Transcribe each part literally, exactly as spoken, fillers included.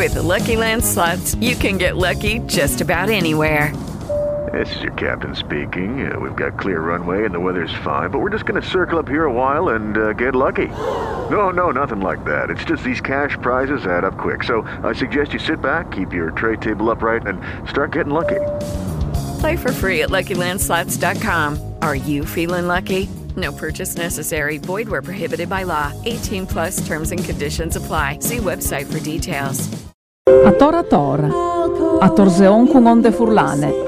With the Lucky Land Slots, you can get lucky just about anywhere. This is your captain speaking. Uh, we've got clear runway and the weather's fine, but we're just going to circle up here a while and uh, get lucky. No, no, nothing like that. It's just these cash prizes add up quick. So I suggest you sit back, keep your tray table upright, and start getting lucky. Play for free at Lucky Land Slots dot com. Are you feeling lucky? No purchase necessary. Void where prohibited by law. eighteen plus terms and conditions apply. See website for details. A Tor a Tor, a Torseon con onde furlane.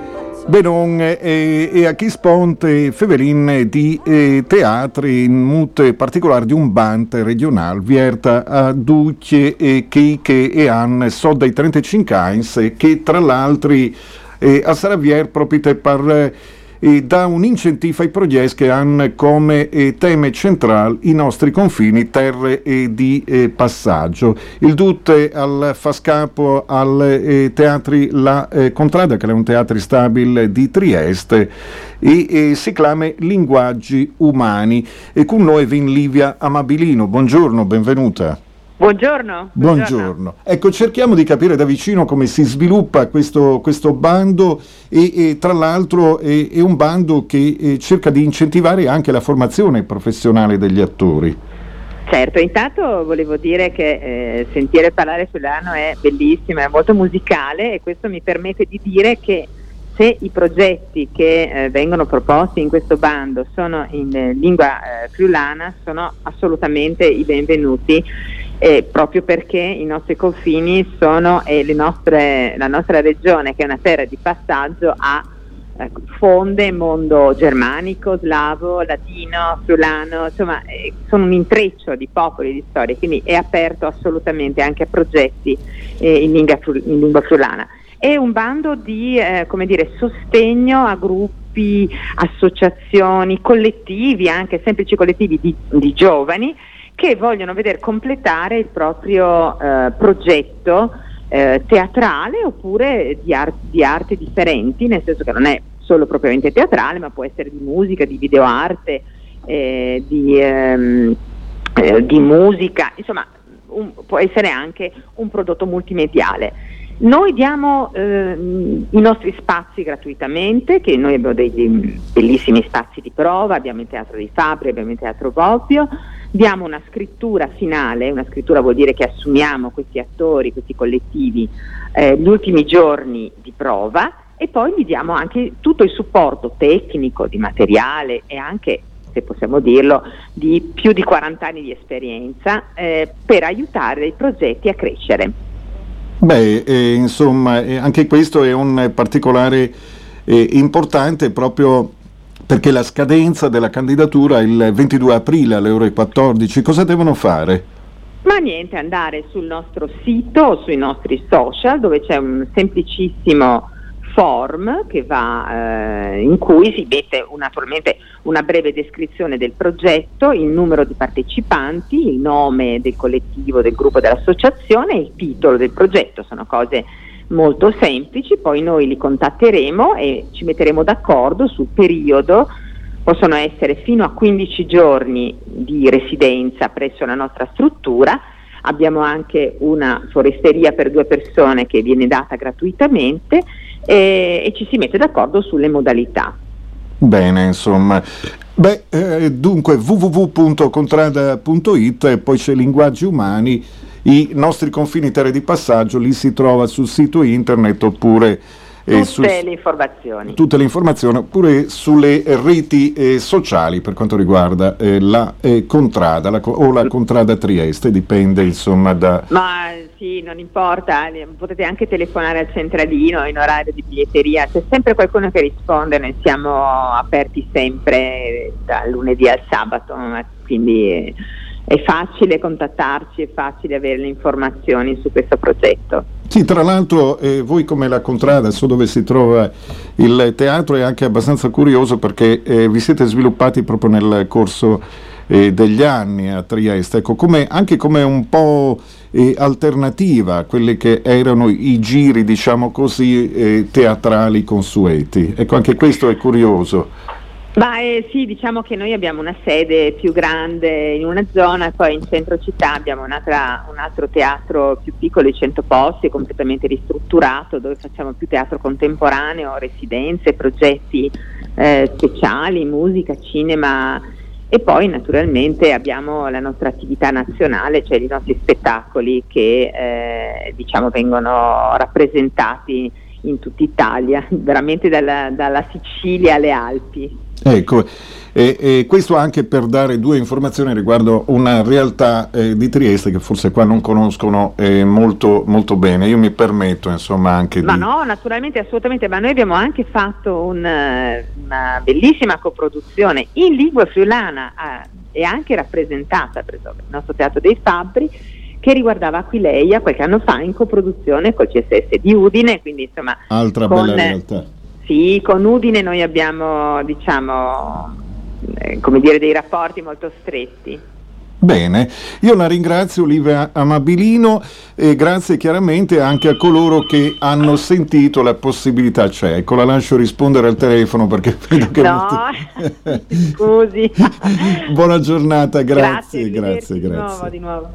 Benon e, e a chi sponte Fevelin di eh, teatri in mute particolare di un band regionale vierta a Ducce e che e han so dai trentacinque anni che tra l'altro eh, a Saravier proprio per e dà un incentivo ai progetti che hanno come eh, tema centrale i nostri confini, terre e di eh, passaggio. Il Dutte al fa scapo al eh, teatri La eh, Contrada, che è un teatro stabile di Trieste, e eh, si chiama Linguaggi Umani. E con noi vin Livia Amabilino. Buongiorno, benvenuta. Buongiorno, buongiorno. Buongiorno. Ecco, cerchiamo di capire da vicino come si sviluppa questo, questo bando e, e tra l'altro è, è un bando che eh, cerca di incentivare anche la formazione professionale degli attori. Certo, intanto volevo dire che eh, sentire parlare Friulano è bellissimo, è molto musicale e questo mi permette di dire che se i progetti che eh, vengono proposti in questo bando sono in eh, lingua eh, friulana sono assolutamente i benvenuti. Eh, proprio perché i nostri confini sono e le nostre, la nostra regione, che è una terra di passaggio, ha eh, fonde mondo germanico, slavo, latino, friulano, insomma eh, sono un intreccio di popoli, di storie, quindi è aperto assolutamente anche a progetti eh, in, lingua, in lingua friulana. È un bando di eh, come dire, sostegno a gruppi, associazioni, collettivi, anche semplici collettivi di, di giovani che vogliono vedere completare il proprio eh, progetto eh, teatrale oppure di, ar- di arte differenti, nel senso che non è solo propriamente teatrale, ma può essere di musica, di videoarte, eh, di, ehm, eh, di musica, insomma un, può essere anche un prodotto multimediale. Noi diamo eh, i nostri spazi gratuitamente, che noi abbiamo dei bellissimi spazi di prova, abbiamo il Teatro di Fabri, abbiamo il Teatro Bobbio, diamo una scrittura finale, una scrittura vuol dire che assumiamo questi attori, questi collettivi, eh, gli ultimi giorni di prova e poi gli diamo anche tutto il supporto tecnico, di materiale e anche, se possiamo dirlo, di più di quaranta anni di esperienza eh, per aiutare i progetti a crescere. Beh, eh, insomma, eh, anche questo è un particolare eh, importante proprio perché la scadenza della candidatura è il ventidue aprile alle ore quattordici. Cosa devono fare? Ma niente, andare sul nostro sito o sui nostri social dove c'è un semplicissimo form che va eh, in cui si mette un, naturalmente una breve descrizione del progetto, il numero di partecipanti, il nome del collettivo, del gruppo, dell'associazione e il titolo del progetto. Sono cose molto semplici, poi noi li contatteremo e ci metteremo d'accordo sul periodo. Possono essere fino a quindici giorni di residenza presso la nostra struttura. Abbiamo anche una foresteria per due persone che viene data gratuitamente e, e ci si mette d'accordo sulle modalità. Bene, insomma. Beh, eh, dunque w w w punto contrada punto i t e poi c'è Linguaggi Umani, i nostri confini terre di passaggio, lì si trova sul sito internet oppure tutte su, le informazioni tutte le informazioni oppure sulle reti eh, sociali per quanto riguarda eh, la eh, Contrada la, o la Contrada Trieste, dipende insomma da... Ma sì, non importa, potete anche telefonare al centralino in orario di biglietteria, c'è sempre qualcuno che risponde, noi siamo aperti sempre dal lunedì al sabato, quindi è facile contattarci, è facile avere le informazioni su questo progetto. Sì, tra l'altro eh, voi come la Contrada, so dove si trova il teatro, è anche abbastanza curioso perché eh, vi siete sviluppati proprio nel corso eh, degli anni a Trieste, ecco, come, anche come un po' eh, alternativa a quelli che erano i giri, diciamo così, eh, teatrali consueti. Ecco, anche questo è curioso. Ma eh, sì, diciamo che noi abbiamo una sede più grande in una zona e poi in centro città abbiamo un'altra, un altro teatro più piccolo di cento posti, completamente ristrutturato, dove facciamo più teatro contemporaneo, residenze, progetti eh, speciali, musica, cinema, e poi naturalmente abbiamo la nostra attività nazionale, cioè i nostri spettacoli che eh, diciamo vengono rappresentati in tutta Italia, veramente dalla, dalla Sicilia alle Alpi. Ecco, e, e questo anche per dare due informazioni riguardo una realtà eh, di Trieste che forse qua non conoscono eh, molto, molto bene. Io mi permetto insomma anche ma di... no, naturalmente, assolutamente, ma noi abbiamo anche fatto un, una bellissima coproduzione in lingua friulana eh, e anche rappresentata, per esempio, il nostro Teatro dei Fabbri, che riguardava Aquileia qualche anno fa in coproduzione col C S S di Udine, quindi insomma altra con, bella realtà. Sì, con Udine noi abbiamo, diciamo, eh, come dire, dei rapporti molto stretti. Bene, io la ringrazio Olivia Amabilino e grazie chiaramente anche a coloro che hanno sentito la possibilità c'è. Ecco, la lascio rispondere al telefono perché vedo che... No, molto... scusi. Buona giornata, grazie, grazie, grazie, di grazie. nuovo, di nuovo.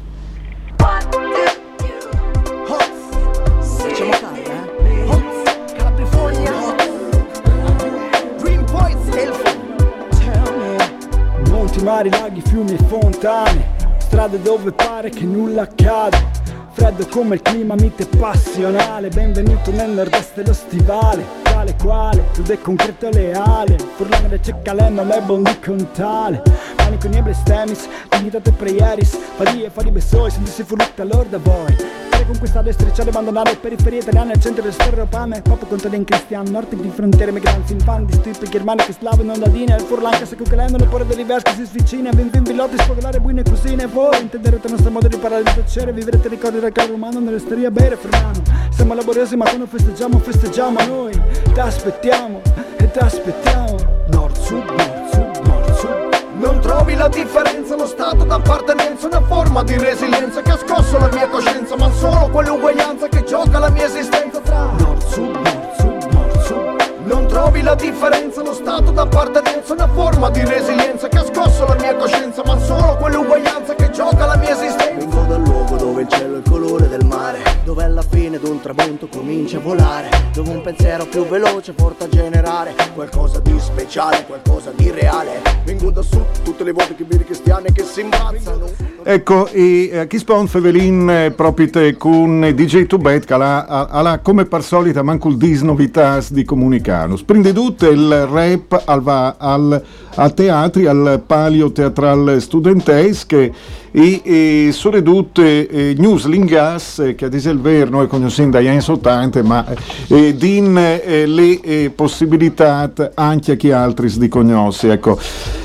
Mari, laghi, fiumi e fontane, strade dove pare che nulla accada, freddo come il clima mite passionale, benvenuto nel nord-est dello stivale, tale quale, crudo e concreto e leale, Furlane del Ceccalema, me bondi con tale, manico nieble stemis, dignitate preieris, fadie, fadi besoi, sentirsi furlutta lor da voi, conquistare e strisciare, abbandonare le periferie italiane al centro del sterropame, popolo contadini cristiani, nord di frontiere, migranti, infanti, stipi, germaniche, slave, non ladine, il furlan se cucalendo le pore dell'inverso che si svicina, vin vin villotti, sfogliare buine cusine, voi intenderete il nostro modo di parlare di piacere, vivrete ricordi del calore umano nell'osteria bere fermano, siamo laboriosi ma quando festeggiamo, festeggiamo noi, ti aspettiamo e ti aspettiamo, nord, sud, nord, sud, nord, sud. Non trovi la differenza, lo stato d'appartenenza, una forma di resilienza che ha scosso la mia coscienza, ma solo quell'uguaglianza che gioca la mia esistenza tra nord-sud, nord-sud, nord-sud. Non trovi la differenza, lo stato d'appartenenza, una forma di resilienza che ha scosso la mia coscienza, ma solo quell'uguaglianza che gioca la mia esistenza. Vengo dal luogo dove il cielo è il colore del mare, dove alla fine d'un tramonto comincia a volare, dove un pensiero più veloce porta a generare qualcosa di speciale, qualcosa di reale. Vengo da su tutte le volte che vedi cristiane che si imbazzano. Ecco, e eh, chi spawn Fevelin eh, propite con D J Tubet che ha, ha, ha come per solita manco il dis novitas di comunicano. Sprinde tutto il rap al, va, al, al teatri, al palio teatral studentesche e, e sono tutte eh, news lingas eh, che ad esempio noi conosciamo da anni ottanta ma eh, din eh, le eh, possibilità anche a chi altri si conosce, ecco.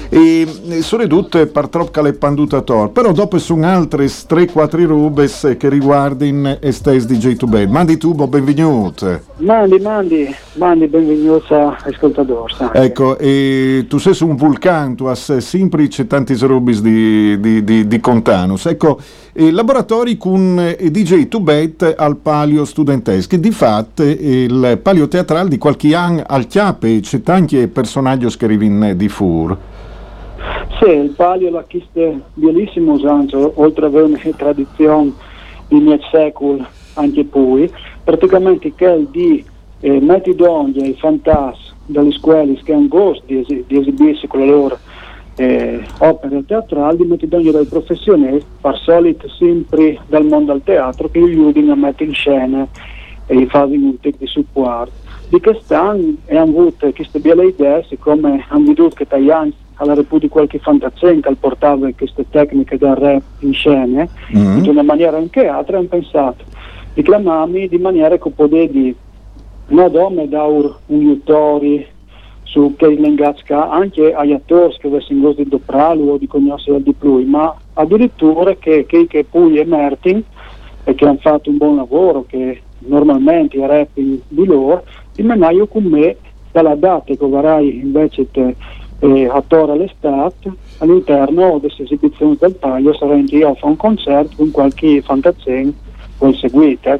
E sono tutte per troppo le pandutator, però dopo sono altre tre quattro rubes che riguardano estes di J due Bed. Mandi tu, benvenuto. Mandi, mandi, mandi, benvenuto ascoltador. Ecco, e tu sei su un vulcano, tu hai sempre c'è tanti rubis di, di, di, di Contanus. Ecco, eh, laboratori con eh, D J due Bed al palio studentesco. Di fatto eh, il palio teatrale di qualche anno al chiappe c'è tanti personaggi che arrivano di fur. Sì, il palio l'ha chiesto bellissimo usanza, oltre ad avere una tradizione di mezzo secolo anche poi, praticamente che è di eh, metti d'onde i fantasmi dalle scuole che hanno gusto di, es- di esibirsi con le loro eh, opere teatrali, di metti d'onde dai professionisti, per solito sempre dal mondo del teatro, che gli aiutano a mettere in scena e fanno un tec di supporto. Di quest'anno hanno avuto queste belle idee, siccome hanno veduto che Tajani alla Repubblica qualche fantazzenca portava queste tecniche del rap in scene, mm-hmm. in una maniera anche altra, hanno pensato di chiamarmi di maniera che potevi non dome da un aiutori su che lingazca anche agli attori che avessero gosto di dopralo o di conoscere di più, ma addirittura che, che, che poi emerti e che hanno fatto un buon lavoro, che normalmente i rap di loro, di menaio con me dalla data che vorrai invece te Eh, attore all'estate all'interno delle esibizioni del taglio sarà in giro a fare un concerto con qualche fantazzin col seguito, ecco.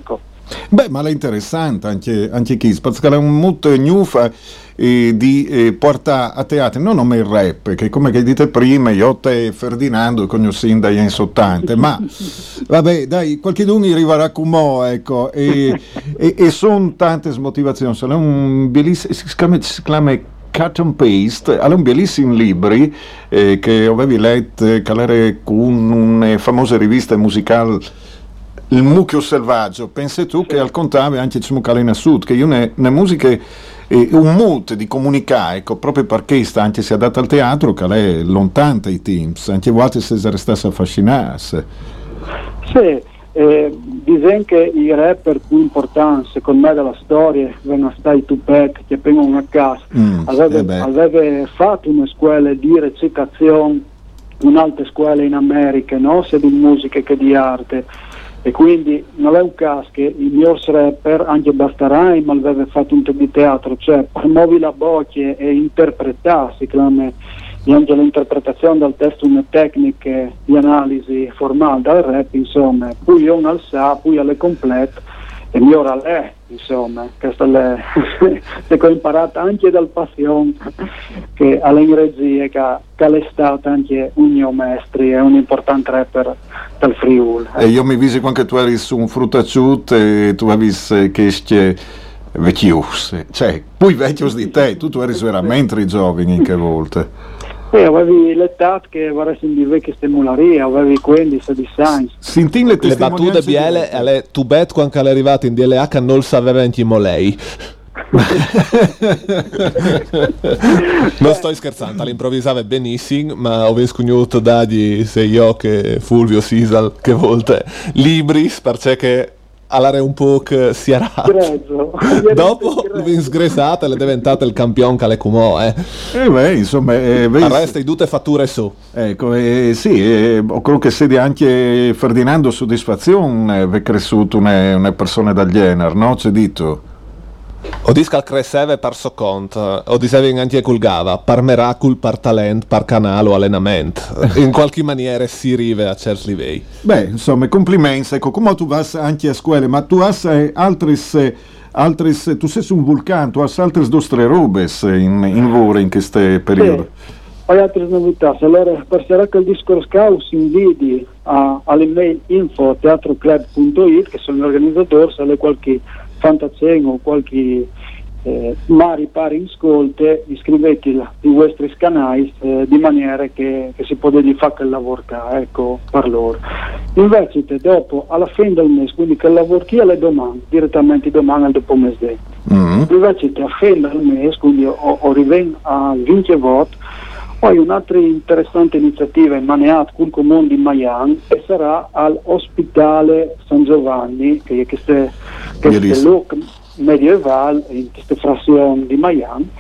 Beh, ma è interessante anche, anche chi, perché è un molto nuova eh, di eh, porta a teatro, non nome il rap, che come che dite prima, io te Ferdinando conosciamo dagli anni ottanta, ma vabbè, dai, qualche d'uno arriverà come ecco, e, e, e sono tante motivazioni, sono un bellissimo, si chiama, si chiama Cut and Paste, ha un bellissimo libro eh, che avevi letto, che era con una famosa rivista musicale, Il Mucchio Selvaggio. Pensi tu che al contrario anche c'è Calena Sud, che io ne, ne musiche eh, un mood di comunicare, ecco, proprio perché sta anche si adatta al teatro, che è lontana dai teams, anche volte se restasse affascinarsi. Sì. Eh, dicono che i rapper più importanti secondo me della storia vengono stati Tupac, che vengono a casa mm, aveva, eh aveva fatto una scuola di recitazione, un'altra scuola in America, no? Sia di musica che di arte, e quindi non è un caso che i migliori rapper, anche Bastarai, ma aveva fatto un tipo di teatro, cioè promuovi la bocca e interpretarsi, come anche l'interpretazione del testo, una tecnica di analisi formale dal rap, insomma, poi io non sa, poi alle complete e migliora lei, insomma, questa è che ho imparato anche dal Passione, che alle regie che, che è stato anche un mio maestro e un importante rapper dal Friuli. E io mi visi quando tu eri su un fruttaciut e tu avevi che stie vecchius, cioè, poi vecchios di te, tu, tu eri veramente giovani in che volte. E avevi l'età che vorresti di vecchie stimolarie, avevi quindici di science. Senti le, le battute biele alle tubet quando è arrivato in D L H non sapeva anche lei. Non sto scherzando, l'improvvisava benissimo, ma ho vissuto dagli se io che Fulvio Sisal che volte libris perché allora un po' che si era dopo vi sgresate le diventate il campione che le cumò eh. Eh beh, insomma eh, resta i dute fatture su ecco eh, sì eh, credo che sia anche Ferdinando Soddisfazione è cresciuto una, una persona del genere, no? C'è dito o discal cresceve per so conto o dicevi anche culgava par miracol, par talent, par canale o allenamento in qualche maniera si rive a certi livelli. Beh, insomma, complimenti, ecco, come tu vas anche a scuola, ma tu hai altri altri tu sei un vulcano, tu hai altre nostre robe in, in vore in questo periodo. Sì. Poi altre novità, allora per sarà che il discorso cau si invidi a, all'email info teatroclub punto it che sono l'organizzatore, se hai qualche fantacengo o qualche eh, mari pari in scolte, iscrivetevi ai vostri canali eh, di maniera che, che si può fare il lavoro ecco per loro. Invece dopo alla fine del mese, quindi che lavoro chi alle domande direttamente domani al dopo mese mm-hmm. Invece a fine del mese, quindi o, o riven a venti voti. Poi un'altra interessante iniziativa in Maneat col comune di Miami e sarà all'ospedale San Giovanni, che è questo luogo medievale in questa frazione di Miami,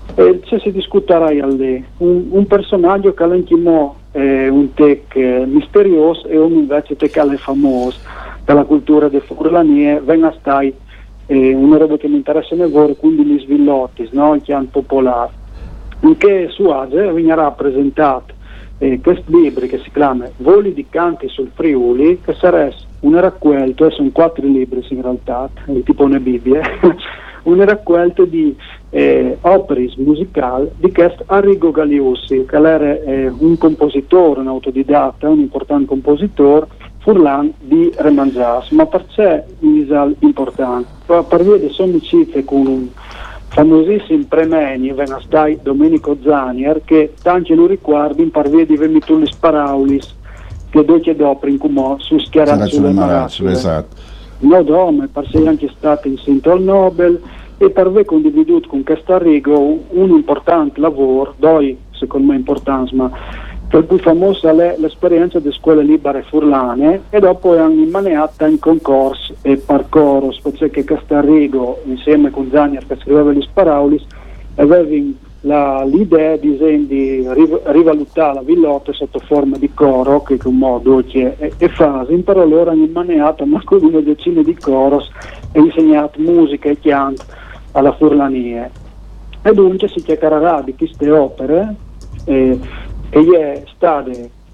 e ci si discuterà lì un, un personaggio che all'inchimo è un tech misterioso e un invece tech è famoso della cultura delle furlanie, venga stai eh, una roba che mi interessa molto, quindi gli svillotti, no? Il chian popolare. In che su Age venirà rappresentato eh, questo libro che si chiama Voli di canti sul Friuli, che sarà una raccolta, sono quattro libri in realtà, è tipo una Bibbia, una raccolta di eh, opere musicali di questo Arrigo Galiussi, che era eh, un compositore, un autodidatta, un importante compositore, furlan di Remangias, ma perché è importante? Per, per via delle sue amicizie con un famosissimi premeni venga stai Domenico Zanier che tanti lo ricordi in parvie di Vemitulli Sparaulis che doce dopo in cumò su schiaraccio le marazzole esatto. No dome per sei anche stato in Sinto al Nobel e per ve condividuto con Castarrigo un importante lavoro doi secondo me importanti ma per cui famosa è l'esperienza di scuole libere furlane e dopo è immaneata in concorso e parcoros perché Castarrigo insieme con Zanier che scriveva gli Sparaulis aveva la, l'idea di, di riv- rivalutare la villotta sotto forma di coro che è un modo che è, è fase però loro hanno immaneato ma con una decina di coros e insegnato musica e canto alla furlania e dunque si chiacchiererà di queste opere eh, e è stata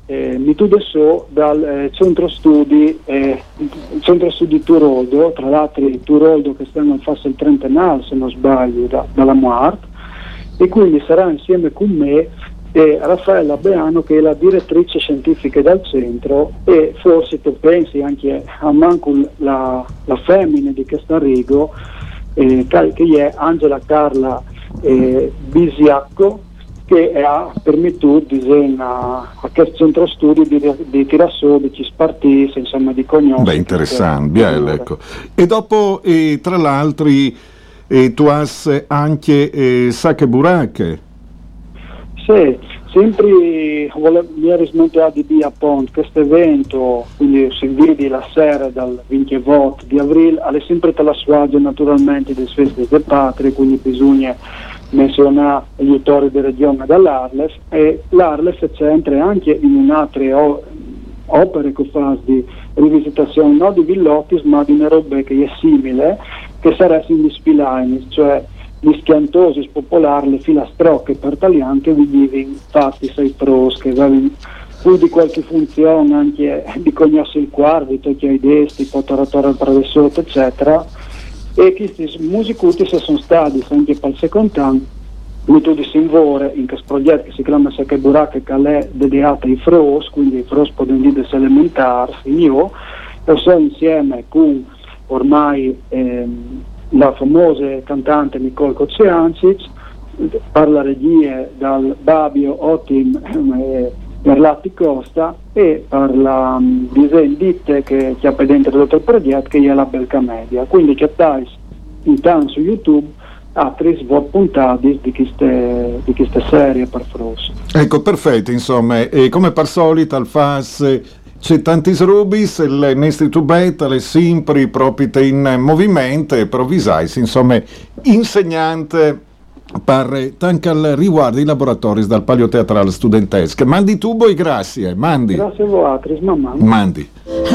eh, mi tu so dal eh, centro studi eh, centro studi Turoldo, tra l'altro Turoldo che stanno a fare il trentennale se non sbaglio da, dalla Muart, e quindi sarà insieme con me eh, Raffaella Beano, che è la direttrice scientifica del centro, e forse tu pensi anche a manco la, la femmina di Castelrigo, eh, che è Angela Carla eh, Bisiacco, che ha permesso disegna a questo centro studi di, di Tirasodici, Spartisi, insomma di Cognosi. Beh, interessante, bien, ecco. E dopo, eh, tra l'altro, eh, tu hai anche eh, Sacche Buracche. Sì, sempre volevo, mi ero smontato di appunto questo evento, quindi si vede la sera dal ventotto di aprile, è sempre la sua naturalmente delle feste del patria, quindi bisogna menzionare gli autori di regione dall'Arles, e l'Arles c'entra anche in un'altra o, opere che fa di rivisitazione non di Villottis ma di una roba che è simile, che sarebbe gli spilani, cioè gli schiantosi popolari, le filastrocche per italiani che vivono fatti sei pros, che avevano più di qualche funzione anche di conoscere il quarto, tocchi ai desti, potoratore al travessotto, eccetera. E questi musicuti sono stati anche per il secondo anno metodi sinvore in questo progetto che si chiama Sacche Buracche, che è dedicato ai fros, quindi i fros possono dire elementari, io e sono insieme con ormai ehm, la famosa cantante Nicole Kociancic, per la regia dal Babio Otim eh, Merlatti Costa, e per la um, design ditte che ci ha dentro tutto il progetto, che è la Belca Media. Quindi che dai intanto su YouTube a tre svot puntate di queste, di queste serie per Fros. Ecco, perfetto, insomma, e come per solito al F A S c'è tanti rubis, il nostro tubetta, le sempre proprio in movimento, e provvisai, insomma, insegnante per tanto al riguardo i laboratori dal Palio Teatrale Studentesco. Mandi tubo e grazie, mandi. Grazie a voi, mamma. Mandi.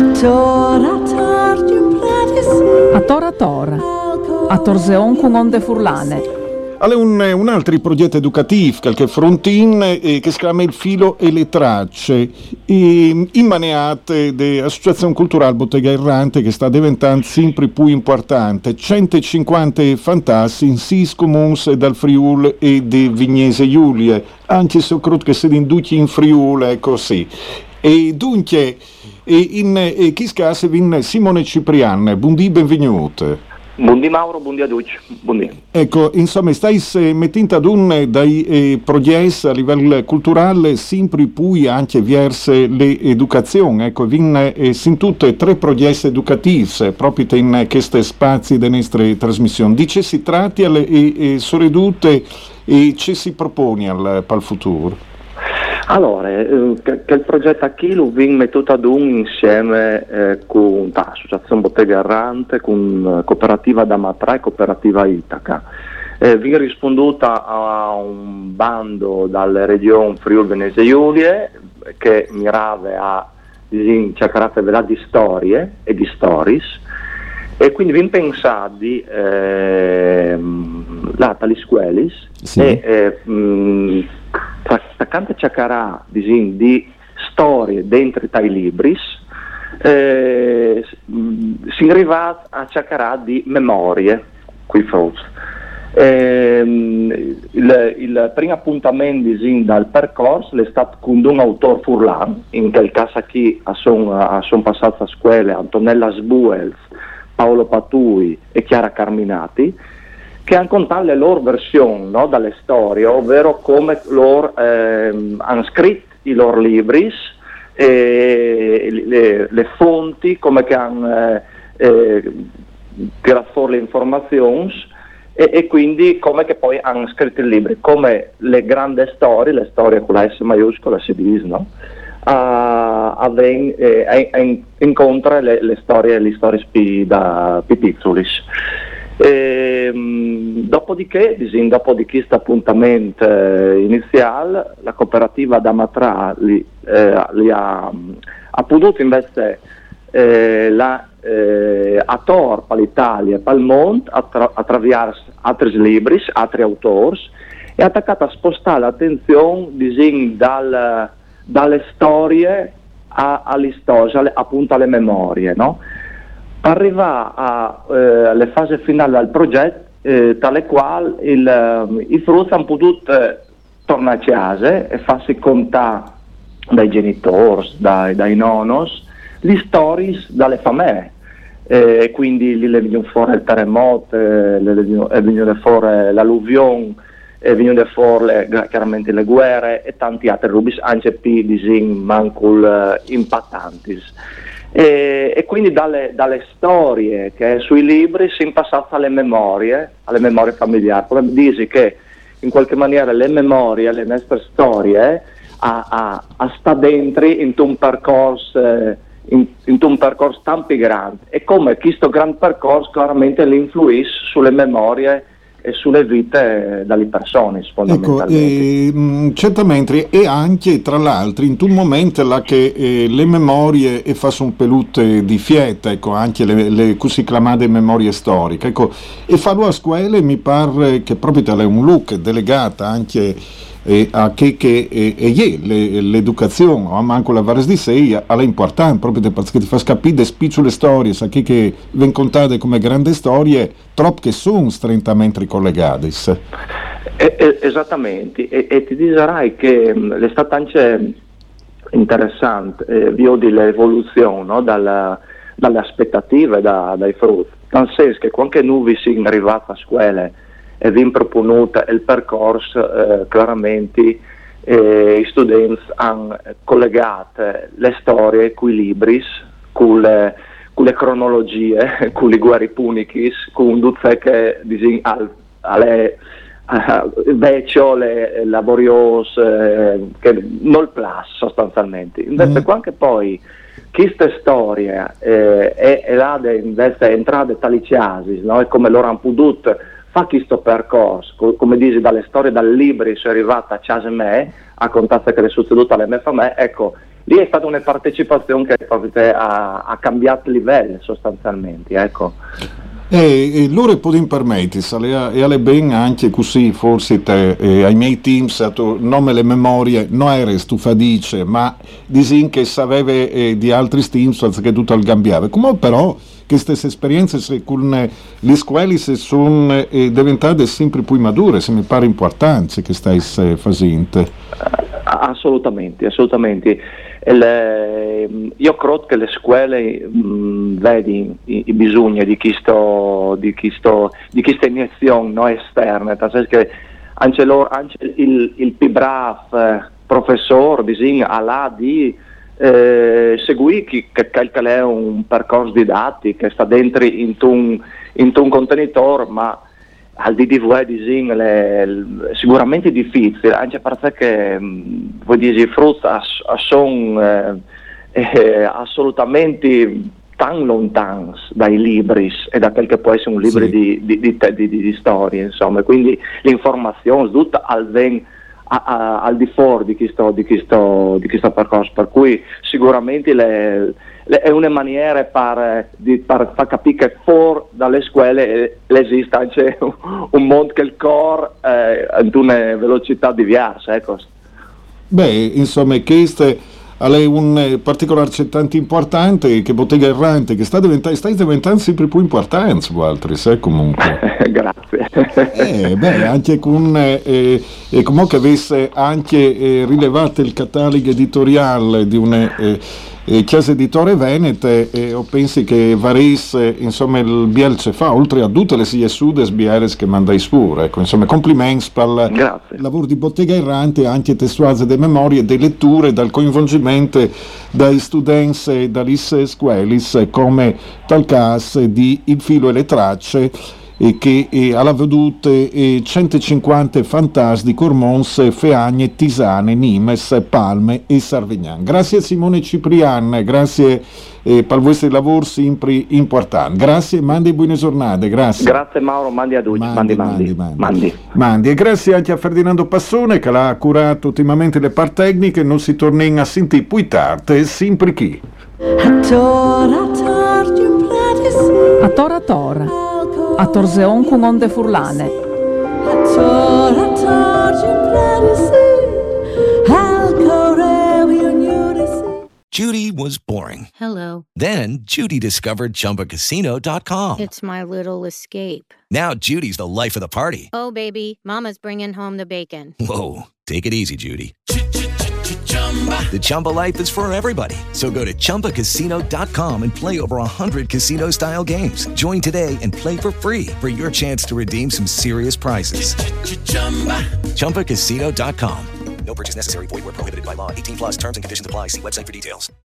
A Tora Tora, a Torseon con onde furlane. È un, un altro progetto educativo, qualche frontin, eh, che si chiama Il Filo e le Tracce, e, immaneate dell'Associazione Culturale Bottega Errante, che sta diventando sempre più importante. centocinquanta fantassi in sei comuni dal Friuli e di Vignese Giulie, anche se credo che si induci in Friuli, è così. E dunque, in eh, chi scase vin Simone Ciprian, buondì, benvenuto. Buondì Mauro, buondì a tutti, buondì. Ecco, insomma, stai eh, mettendo ad un dai eh, progetti a livello culturale sempre più anche verso l'educazione. Ecco, vin eh, sin tutte e tre progetti educativi eh, proprio in questi spazi delle nostre trasmissioni. Di che si tratti e eh, eh, soredute e ci si propone al, per il futuro? Allora, eh, che, che il progetto Achille viene messo ad un insieme eh, con l'Associazione Bottega Errante, con eh, Cooperativa Damatra e Cooperativa Itaca. Eh, viene risponduta a un bando dalla regione Friuli Venezia Giulie che mirava a cercare di storie e di stories, e quindi viene pensati eh, là tali scuole, sì. e eh, mh, accanto a cercare di, di storie dentro i libri, eh, si arriva a cercare di memorie qui forse. Eh, il, il primo appuntamento dal percorso è stato con un autore furlan, in quel caso qui sono son passato a scuola Antonella Sbuels, Paolo Patui e Chiara Carminati, che hanno contato le loro versioni, no, dalle storie, ovvero come loro eh, hanno scritto i loro libri, e le, le fonti, come che hanno eh, eh, tirato fuori le informazioni, e, e quindi come che poi hanno scritto i libri, come le grandi storie, le storie con la S maiuscola si dice, no? A, a ven, eh, a, a incontra le, le storie, le storie spi, da pipizzulis. E, mh, dopodiché, disin, dopo di questo appuntamento eh, iniziale, la cooperativa Damatra li, eh, li ha, ha potuto invece eh, la, eh, a Tor, per l'Italia e per il mondo, attra- attraverso altri libri, altri autori, e ha attaccato a spostare l'attenzione disin, dal dalle storie a, alle storie, alle, appunto alle memorie, no? Arriva alle eh, fasi finali del progetto, eh, tale quale il, i frutti hanno potuto eh, tornare a casa e farsi contare dai genitori, dai, dai nonnos, le storie dalle famiglie. E eh, quindi lì le vengono fuori il terremoto, eh, le vengono fuori l'alluvione, e vengono fuori le, chiaramente le guerre e tanti altri rubis, anche più disin mancul uh, impattanti. E, e quindi dalle, dalle storie che sui libri si è passata alle memorie, alle memorie familiari. Come dici che in qualche maniera le memorie, le nostre storie, a, a, a sta dentro in un percorso eh, in, in un percorso tanto grande, e come questo grande percorso chiaramente l'influisce sulle memorie e sulle vite dalle persone fondamentalmente. Ecco, eh, certamente, e anche tra l'altro in un momento là che eh, le memorie e fa un pelute di fietta, ecco, anche le, le così chiamate memorie storiche, ecco, e farlo a scuola mi pare che proprio è un look delegata anche eh, a che, che eh, eh, le, l'educazione, o manco la vares di sei, è importante proprio perché ti fa capire piccole storie, sa che, che vengono contate come grandi storie, troppo che sono strettamente collegate. Eh, eh, esattamente, e, e ti dirai che mh, è stata anche interessante, eh, vedi l'evoluzione, no? Dalla, dalle aspettative da, dai frutti, nel senso che quando noi siamo arrivati a scuola e vi proponuta il percorso, eh, chiaramente eh, i studenti hanno collegato le storie con i libri, con le, con le cronologie, con le guerre puniche, con tutte che dicono alle vecchio, le laboriose, eh, che non il plus sostanzialmente. Invece mm. quando poi queste storie eh, e, e là invece entrate tali chiasi, no? E come loro hanno potuto fa questo percorso, co- come dici, dalle storie, dal libro sono arrivata a casa me, a contare che è succeduto alle mie famiglie, ecco, lì è stata una partecipazione che ha, ha cambiato livello sostanzialmente, ecco. E, e loro potremmo permettersi, e alle ben anche così, forse te, eh, ai miei teams, nome le memorie, non era stufadice, ma disin che sapeva eh, di altri teams che tutto il cambiava. Come però queste esperienze con le scuole sono eh, diventate sempre più mature, se mi pare importante che stai eh, facendo. Assolutamente, assolutamente. Le, io credo che le scuole mh, vedi i, i bisogni di questo di questo di questa iniezione, no, esterna, nel senso che anche, loro, anche il, il più bravo eh, professore disegna là di eh, seguire che, che, che è un percorso didattico che sta dentro in un, in un contenitore, ma al D D V disegna le, sicuramente difficile, anche perché vuol dire i frutti sono eh, eh, assolutamente tan lontani dai libri e da quel che può essere un libro sì. di, di, di, di, di storie, insomma, quindi l'informazione tutta al ven A, a, al di fuori di questo, di, questo, di questo percorso, per cui sicuramente le, le, è una maniera per, di, per far capire che fuori dalle scuole esiste anche un, un mondo che il core eh, ad una velocità diversa, ecco. Beh, insomma, questo è un particolare tanto importante che Bottega Errante che sta diventando, sta diventando sempre più importante, Walter, eh, comunque. Grazie. Eh, beh, anche con eh, eh, comunque avesse anche eh, rilevato il catalogo editoriale di una eh, eh, chiesa editore venete, e io penso che varesse insomma il Bielce fa, oltre a tutte le sie sudes bieres che mandai spure, ecco, insomma complimenti per il lavoro di Bottega Errante, anche testuali delle memorie, delle letture, dal coinvolgimento dai studenti e dalle scuolis, come tal caso di Il filo e le tracce, e che eh, alla veduta eh, centocinquanta fantasmi, Cormons, Feagne, Tisane, Nimes, Palme e Sarvignan. Grazie a Simone Ciprian, grazie eh, per i vostri lavori sempre importanti. Grazie, mandi buone giornate, grazie. Grazie Mauro, mandi a tutti, mandi, mandi, mandi. mandi. mandi. E grazie anche a Ferdinando Passone che l'ha curato ultimamente le par tecniche, non si torna a sentire più tardi, sempre chi. A tora tora. A Torseon con onde furlane. A tora tora, Judy was boring. Hello. Then Judy discovered Chumba Casino dot com. It's my little escape. Now Judy's the life of the party. Oh, baby, mama's bringing home the bacon. Whoa, take it easy, Judy. The Chumba life is for everybody. So go to Chumba Casino dot com and play over one hundred casino-style games. Join today and play for free for your chance to redeem some serious prizes. Chumba Casino dot com. No purchase necessary. Void where prohibited by law. eighteen plus terms and conditions apply. See website for details.